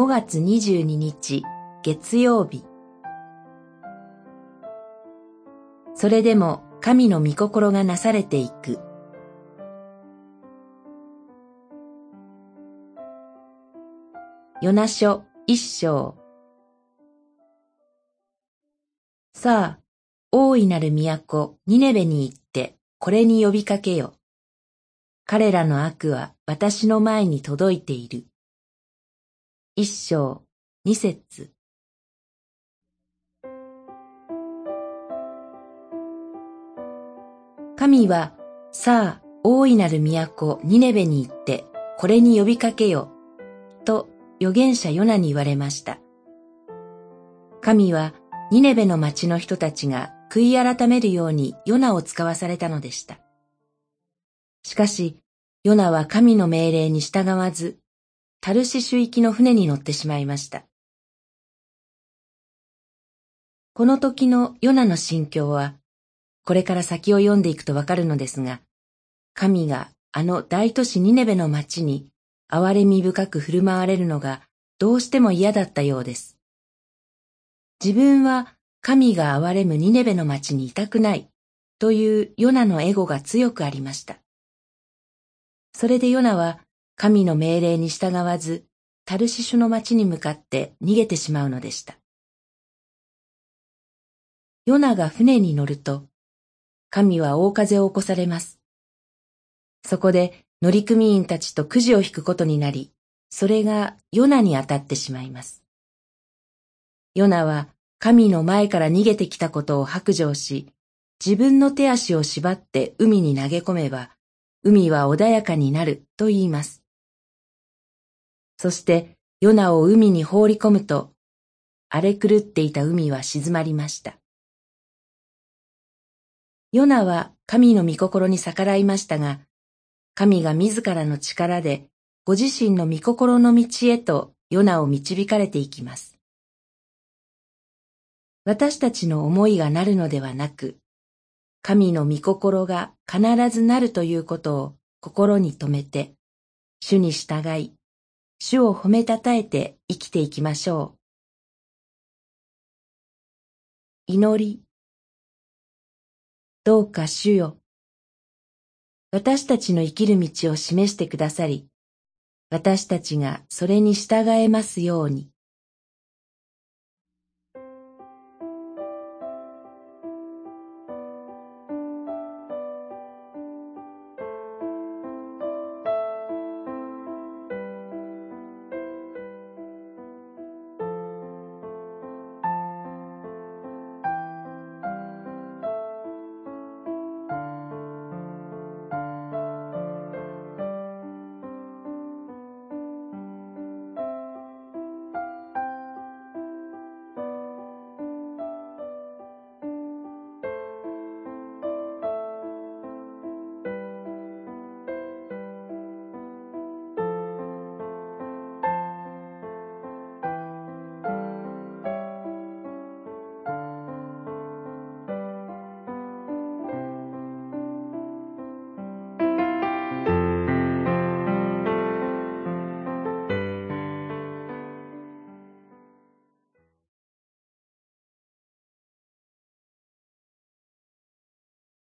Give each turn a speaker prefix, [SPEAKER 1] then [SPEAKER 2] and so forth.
[SPEAKER 1] 5月22日月曜日。それでも神の御心がなされていく。ヨナ書1章。さあ、大いなる都ニネベに行ってこれに呼びかけよ。彼らの悪は私の前に届いている。1章2節。神は、さあ、大いなる都ニネベに行ってこれに呼びかけよ。と預言者ヨナに言われました。神はニネベの町の人たちが悔い改めるようにヨナを使わされたのでした。しかし、ヨナは神の命令に従わず、タルシシュ行きの船に乗ってしまいました。この時のヨナの心境は、これから先を読んでいくとわかるのですが、神があの大都市ニネベの町に憐れみ深く振る舞われるのがどうしても嫌だったようです。自分は神が憐れむニネベの町にいたくないというヨナのエゴが強くありました。それでヨナは神の命令に従わず、タルシシュの町に向かって逃げてしまうのでした。ヨナが船に乗ると、神は大風を起こされます。そこで乗組員たちとくじを引くことになり、それがヨナに当たってしまいます。ヨナは神の前から逃げてきたことを白状し、自分の手足を縛って海に投げ込めば、海は穏やかになると言います。そしてヨナを海に放り込むと、荒れ狂っていた海は静まりました。ヨナは神の御心に逆らいましたが、神が自らの力でご自身の御心の道へとヨナを導かれていきます。私たちの思いがなるのではなく、神の御心が必ずなるということを心に留めて、主に従い、主を褒めたたえて生きていきましょう。祈り。どうか主よ、私たちの生きる道を示してくださり、私たちがそれに従えますように。